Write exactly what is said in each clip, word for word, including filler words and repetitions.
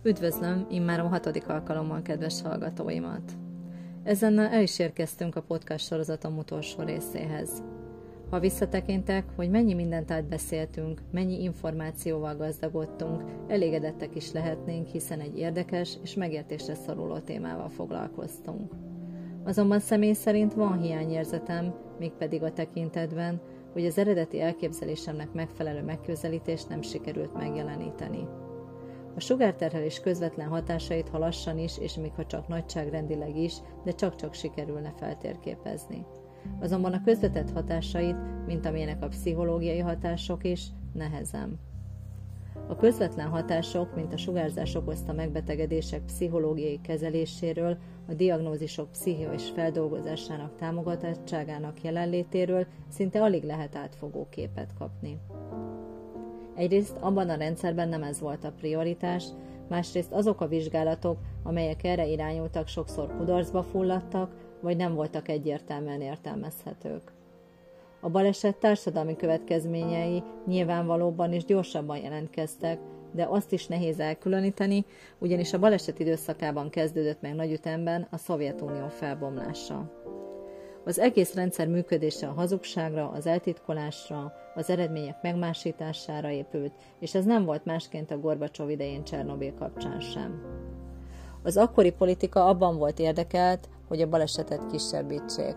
Üdvözlöm immár a hatodik alkalommal kedves hallgatóimat! Ezennel el is érkeztünk a podcast sorozatom utolsó részéhez. Ha visszatekintek, hogy mennyi mindent átbeszéltünk, mennyi információval gazdagodtunk, elégedettek is lehetnénk, hiszen egy érdekes és megértésre szoruló témával foglalkoztunk. Azonban személy szerint van hiányérzetem, mégpedig a tekintetben, hogy az eredeti elképzelésemnek megfelelő megközelítést nem sikerült megjeleníteni. A sugárterhelés közvetlen hatásait, ha lassan is, és még ha csak nagyságrendileg is, de csak-csak sikerülne feltérképezni. Azonban a közvetett hatásait, mint amilyenek a pszichológiai hatások is, nehezen. A közvetlen hatások, mint a sugárzás okozta megbetegedések pszichológiai kezeléséről, a diagnózisok pszichikus feldolgozásának támogatottságának jelenlétéről szinte alig lehet átfogó képet kapni. Egyrészt abban a rendszerben nem ez volt a prioritás, másrészt azok a vizsgálatok, amelyek erre irányultak, sokszor kudarcba fulladtak, vagy nem voltak egyértelműen értelmezhetők. A baleset társadalmi következményei nyilvánvalóban és gyorsabban jelentkeztek, de azt is nehéz elkülöníteni, ugyanis a baleset időszakában kezdődött meg nagy ütemben a Szovjetunió felbomlása. Az egész rendszer működése a hazugságra, az eltitkolásra, az eredmények megmásítására épült, és ez nem volt másként a Gorbacsov idején Csernobil kapcsán sem. Az akkori politika abban volt érdekelt, hogy a balesetet kisebbítsék.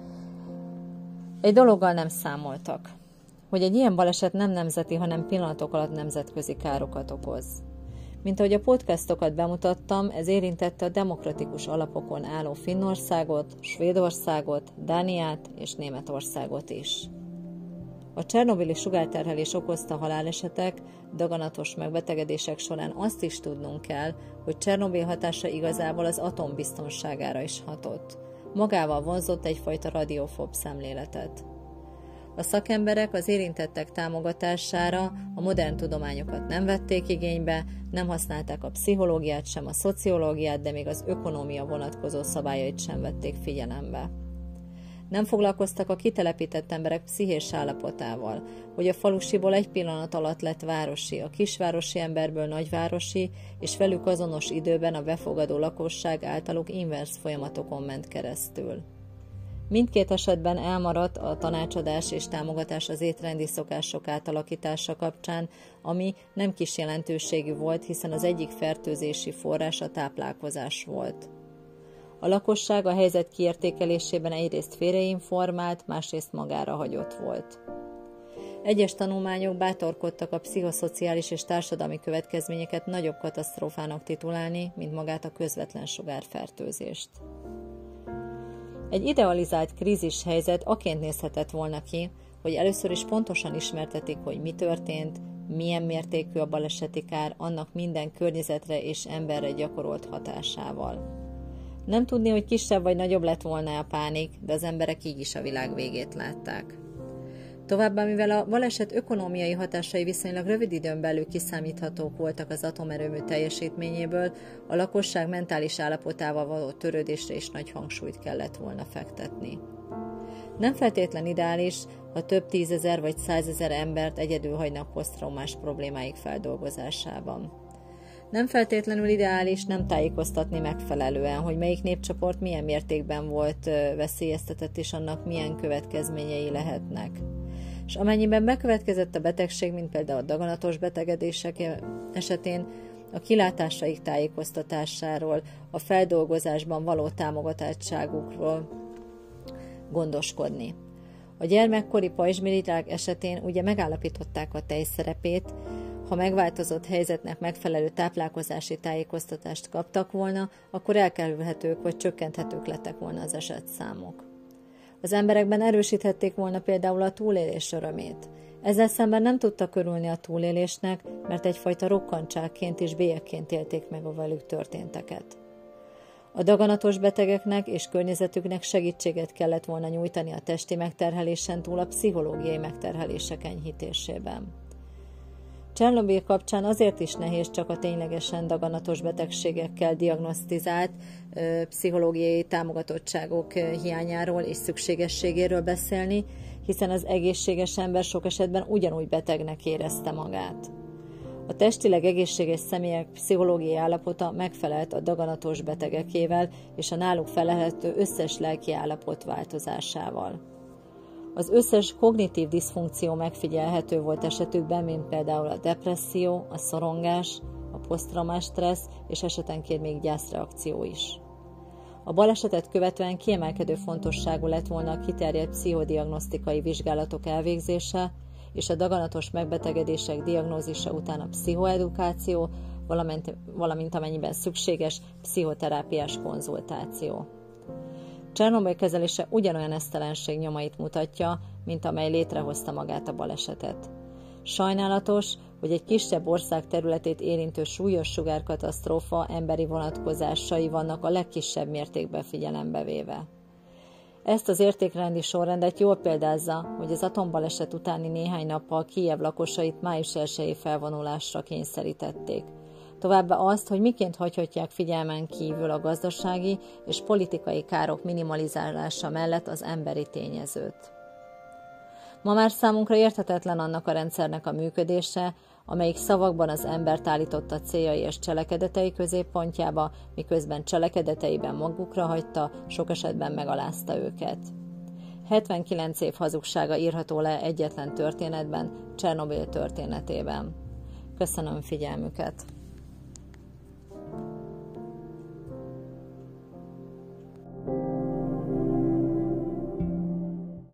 Egy dologgal nem számoltak, hogy egy ilyen baleset nem nemzeti, hanem pillanatok alatt nemzetközi károkat okoz. Mint ahogy a podcastokat bemutattam, ez érintette a demokratikus alapokon álló Finnországot, Svédországot, Dániát és Németországot is. A csernobili sugárterhelés okozta halálesetek, daganatos megbetegedések során azt is tudnunk kell, hogy Csernobil hatása igazából az atom biztonságára is hatott. Magával vonzott egyfajta radiofób szemléletet. A szakemberek az érintettek támogatására a modern tudományokat nem vették igénybe, nem használták a pszichológiát sem, a szociológiát, de még az ökonómia vonatkozó szabályait sem vették figyelembe. Nem foglalkoztak a kitelepített emberek pszichés állapotával, hogy a falusiból egy pillanat alatt lett városi, a kisvárosi emberből nagyvárosi, és velük azonos időben a befogadó lakosság általuk inverz folyamatokon ment keresztül. Mindkét esetben elmaradt a tanácsadás és támogatás az étrendi szokások átalakítása kapcsán, ami nem kis jelentőségű volt, hiszen az egyik fertőzési forrás a táplálkozás volt. A lakosság a helyzet kiértékelésében egyrészt félreinformált, másrészt magára hagyott volt. Egyes tanulmányok bátorkodtak a pszichoszociális és társadalmi következményeket nagyobb katasztrófának titulálni, mint magát a közvetlen sugárfertőzést. Egy idealizált krízis helyzet aként nézhetett volna ki, hogy először is pontosan ismertetik, hogy mi történt, milyen mértékű a baleseti kár annak minden környezetre és emberre gyakorolt hatásával. Nem tudni, hogy kisebb vagy nagyobb lett volna a pánik, de az emberek így is a világ végét látták. Továbbá, mivel a baleset ökonómiai hatásai viszonylag rövid időn belül kiszámíthatók voltak az atomerőmű teljesítményéből, a lakosság mentális állapotával való törődésre is nagy hangsúlyt kellett volna fektetni. Nem feltétlen ideális, ha több tízezer vagy százezer embert egyedül hagynak posztraumás problémáik feldolgozásában. Nem feltétlenül ideális nem tájékoztatni megfelelően, hogy melyik népcsoport milyen mértékben volt veszélyeztetett, és annak milyen következményei lehetnek. És amennyiben bekövetkezett a betegség, mint például a daganatos betegedések esetén, a kilátásaik tájékoztatásáról, a feldolgozásban való támogatottságukról gondoskodni. A gyermekkori pajzsmirigyák esetén ugye megállapították a tej szerepét, ha megváltozott helyzetnek megfelelő táplálkozási tájékoztatást kaptak volna, akkor elkerülhetők vagy csökkenthetők lettek volna az esetszámok. Az emberekben erősíthették volna például a túlélés örömét. Ezzel szemben nem tudtak örülni a túlélésnek, mert egyfajta rokkantságként és bélyegként élték meg a velük történteket. A daganatos betegeknek és környezetüknek segítséget kellett volna nyújtani a testi megterhelésen túl a pszichológiai megterhelések enyhítésében. Csernobil kapcsán azért is nehéz csak a ténylegesen daganatos betegségekkel diagnosztizált ö, pszichológiai támogatottságok hiányáról és szükségességéről beszélni, hiszen az egészséges ember sok esetben ugyanúgy betegnek érezte magát. A testileg egészséges személyek pszichológiai állapota megfelelt a daganatos betegekével és a náluk felelhető összes lelki állapot változásával. Az összes kognitív diszfunkció megfigyelhető volt esetükben, mint például a depresszió, a szorongás, a posztraumás stressz és esetenként még gyászreakció is. A balesetet követően kiemelkedő fontosságú lett volna a kiterjedt pszichodiagnosztikai vizsgálatok elvégzése és a daganatos megbetegedések diagnózisa után a pszichoedukáció, valamint, valamint amennyiben szükséges, pszichoterápiás konzultáció. Csernobil kezelése ugyanolyan esztelenség nyomait mutatja, mint amely létrehozta magát a balesetet. Sajnálatos, hogy egy kisebb ország területét érintő súlyos sugárkatasztrófa emberi vonatkozásai vannak a legkisebb mértékben figyelembe véve. Ezt az értékrendi sorrendet jól példázza, hogy az atombaleset utáni néhány nappal Kijev lakosait május elsejei felvonulásra kényszerítették. Továbbá azt, hogy miként hagyhatják figyelmen kívül a gazdasági és politikai károk minimalizálása mellett az emberi tényezőt. Ma már számunkra érthetetlen annak a rendszernek a működése, amelyik szavakban az embert állította céljai és cselekedetei középpontjába, miközben cselekedeteiben magukra hagyta, sok esetben megalázta őket. hetvenkilenc év hazugsága írható le egyetlen történetben, Csernobil történetében. Köszönöm figyelmüket!